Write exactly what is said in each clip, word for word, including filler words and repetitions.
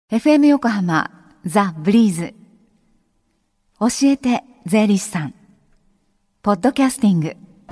エフエム 横浜ザ・ブリーズ教えて税理士さんポッドキャスティング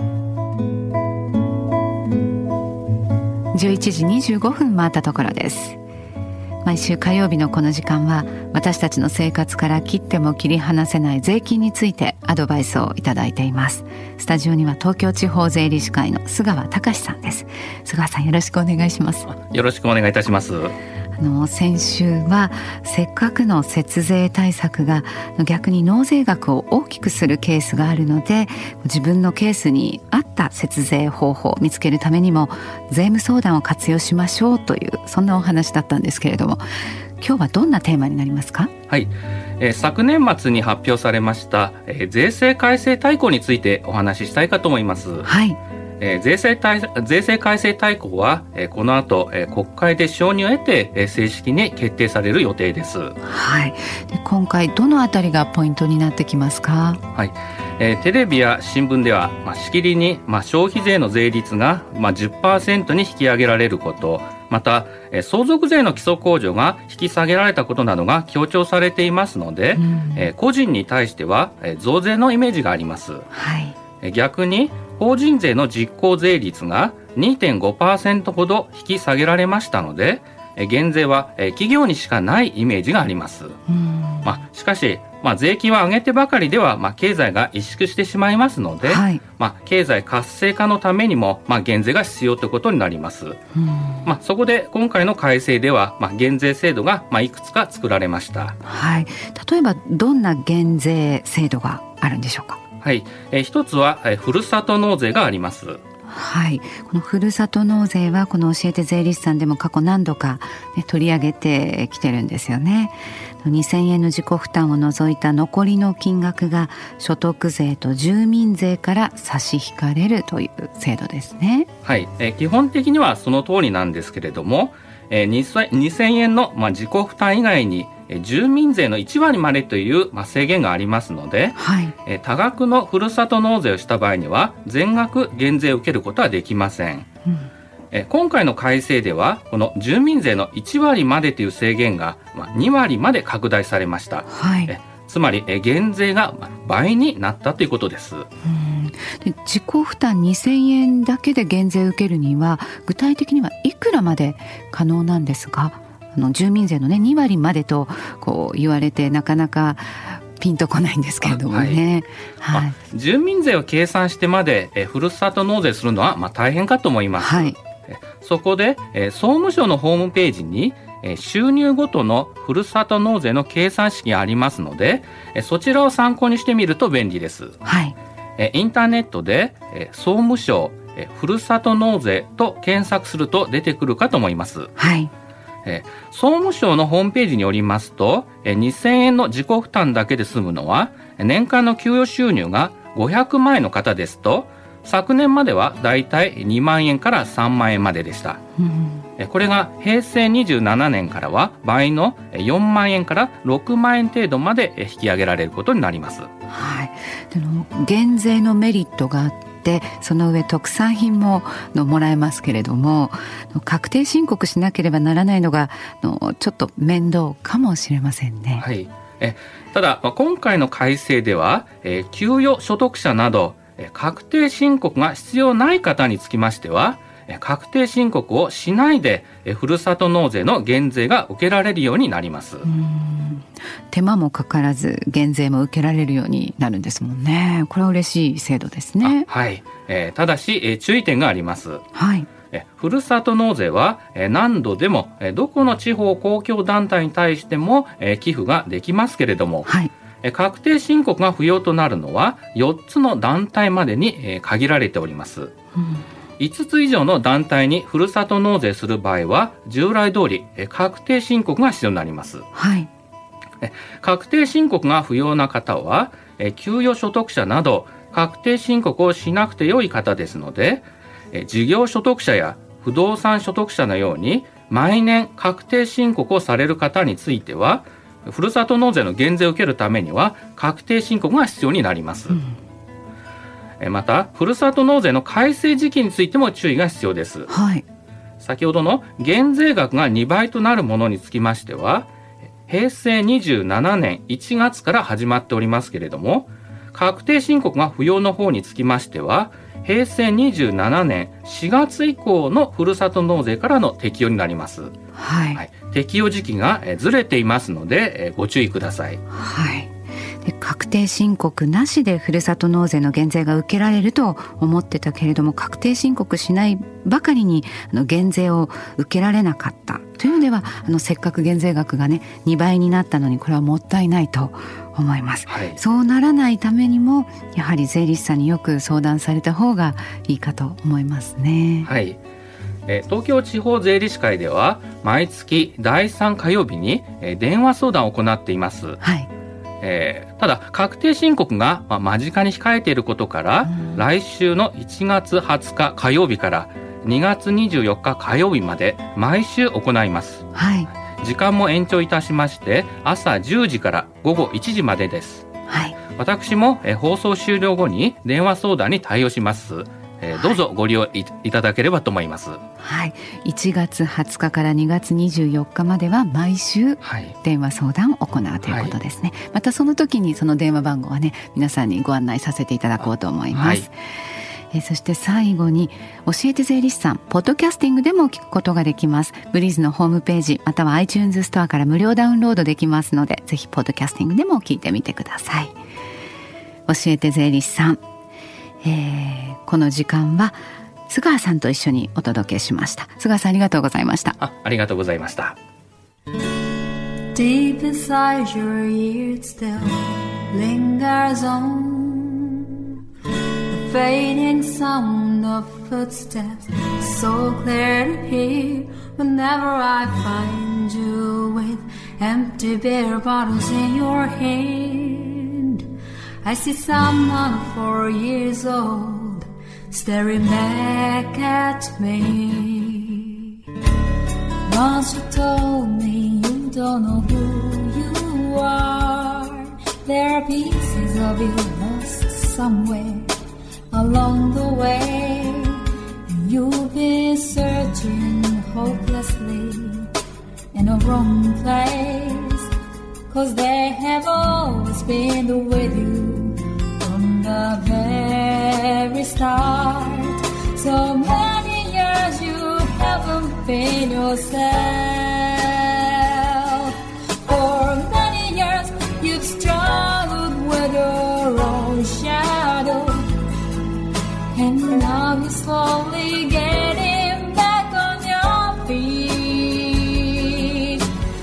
じゅういちじにじゅうごふん回ったところです。毎週火曜日のこの時間は私たちの生活から切っても切り離せない税金についてアドバイスをいただいています。スタジオには東京地方税理士会の須川隆さんです。須川さん、よろしくお願いします。 よろしくお願いいたします。 あの先週はせっかくの節税対策が逆に納税額を大きくするケースがあるので、自分のケースに合った節税方法を見つけるためにも税務相談を活用しましょうという、そんなお話だったんですけれども、今日はどんなテーマになりますか？ はい、えー、昨年末に発表されました、えー、税制改正大綱についてお話ししたいかと思います。 はい、 えー、税制対税制改正大綱は、えー、この後、えー、国会で承認を得て、えー、正式に決定される予定です。 はい、で今回どのあたりがポイントになってきますか？ はい、えー、テレビや新聞では、まあ、しきりに、まあ、消費税の税率が、まあ、じゅっパーセント に引き上げられること、また、えー、相続税の基礎控除が引き下げられたことなどが強調されていますので、うんえー、個人に対しては、えー、増税のイメージがあります。 はい、 えー、逆に法人税の実効税率が にてんごパーセント ほど引き下げられましたので、え減税はえ企業にしかないイメージがあります。 うんまあ、しかし、まあ、税金は上げてばかりでは、まあ、経済が萎縮してしまいますので、はいまあ、経済活性化のためにも、まあ、減税が必要ということになります。うんまあ、そこで今回の改正では、まあ、減税制度が、まあ、いくつか作られました。 はい、例えばどんな減税制度があるんでしょうか？ はい、えー、一つは、えー、ふるさと納税があります。 はい、このふるさと納税はこの教えて税理士さんでも過去何度か、ね、取り上げてきてるんですよね。にせんえんの自己負担を除いた残りの金額が所得税と住民税から差し引かれるという制度ですね。 はい、えー、基本的にはその通りなんですけれども、えー、にせんえんの、まあ、自己負担以外に住民税のいちわりまでという、まあ、制限がありますので、はいえー、多額のふるさと納税をした場合には全額減税を受けることはできません。うんえー、今回の改正ではこの住民税のいちわりまでという制限が、まあ、にわりまで拡大されました。はいえー、つまり、えー、減税が倍になったということです。 うんで自己負担にせんえんだけで減税を受けるには具体的にはいくらまで可能なんですか？あの住民税の、ね、にわりまでとこう言われてなかなかピンとこないんですけれどもね。 はいはいまあ、住民税を計算してまでえふるさと納税するのは、まあ、大変かと思います。はい、えそこでえ総務省のホームページにえ収入ごとのふるさと納税の計算式がありますのでえそちらを参考にしてみると便利です。はいえインターネットでえ総務省えふるさと納税と検索すると出てくるかと思います。はいえ総務省のホームページによりますとえにせんえんの自己負担だけで済むのは年間の給与収入がごひゃくまんえんの方ですと、昨年まではだいたいにまんえんからさんまんえんまででした。うん、これがへいせいにじゅうななねんからは倍のよんまんえんからろくまんえん程度まで引き上げられることになります。 はい、での減税のメリットがあって、その上特産品ものもらえますけれども、確定申告しなければならないのがのちょっと面倒かもしれませんね。 はい、えただ、まあ、今回の改正では、えー、給与所得者などえー、確定申告が必要ない方につきましてはえー、確定申告をしないでえー、ふるさと納税の減税が受けられるようになります。 うーん手間もかからず減税も受けられるようになるんですもんね。これは嬉しい制度ですね。 はい、えー、ただし、えー、注意点があります。 はいえふるさと納税はえ何度でもえどこの地方公共団体に対してもえ寄付ができますけれども、はい確定申告が不要となるのはよっつの団体までに限られております。うん、いつつ以上の団体にふるさと納税する場合は従来通り確定申告が必要になります。はい、確定申告が不要な方は給与所得者など確定申告をしなくてよい方ですので、事業所得者や不動産所得者のように毎年確定申告をされる方についてはふるさと納税の減税を受けるためには確定申告が必要になります。うん、またふるさと納税の改正時期についても注意が必要です。はい、先ほどの減税額がにばいとなるものにつきましてはへいせいにじゅうななねんいちがつから始まっておりますけれども、確定申告が不要の方につきましては、へいせいにじゅうななねんしがつ以降のふるさと納税からの適用になります。 はい。 はい、適用時期がずれていますのでご注意ください。 はい。で、確定申告なしでふるさと納税の減税が受けられると思ってたけれども、確定申告しないばかりにあの減税を受けられなかったというのでは、あのせっかく減税額がねにばいになったのにこれはもったいないと思います。はい、そうならないためにもやはり税理士さんによく相談された方がいいかと思いますね。 はい。東京地方税理士会では毎月だいさん火曜日に電話相談を行っています。はい。えー、ただ確定申告が、まあ、間近に控えていることから、うん、来週のいちがつはつか火曜日からにがつにじゅうよっか火曜日まで毎週行います。はい。時間も延長いたしまして朝じゅうじからごごいちじまでです。はい。私も、えー、放送終了後に電話相談に対応します。えー、どうぞご利用 い, いただければと思います。 はい、いちがつはつかからにがつにじゅうよっかまでは毎週電話相談を行うということですね。はい、またその時にその電話番号はね皆さんにご案内させていただこうと思います。はい、えー、そして最後に教えて税理士さんポッドキャスティングでも聞くことができます。ブリーズのホームページまたは iTunes ストアから無料ダウンロードできますので、ぜひポッドキャスティングでも聞いてみてください。教えて税理士さん、えー、この時間は須川さんと一緒にお届けしました。須川さんありがとうございました。 あ、ありがとうございました。 Deep inside your ear it still lingers on the fading sound of footsteps, so clear to hear whenever I find you with empty beer bottles in your hand. I see someone four years old staring back at me. Once you told me you don't know who you are. There are pieces of you lost somewhere along the way. You've been searching hopelessly in a wrong place, 'cause they have always been with you from the very start. So many years you haven't been yourself. For many years you've struggled with your own shadow, and now you're slowly getting back on your feet.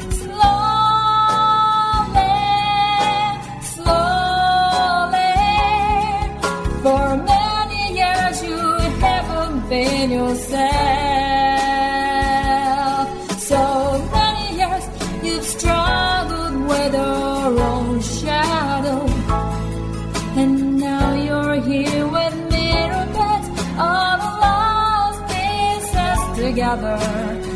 Slowly, slowly. For many years you haven't been yourself. So many years you've struggled with your own shadow, and now you're here with me, all the lost pieces together.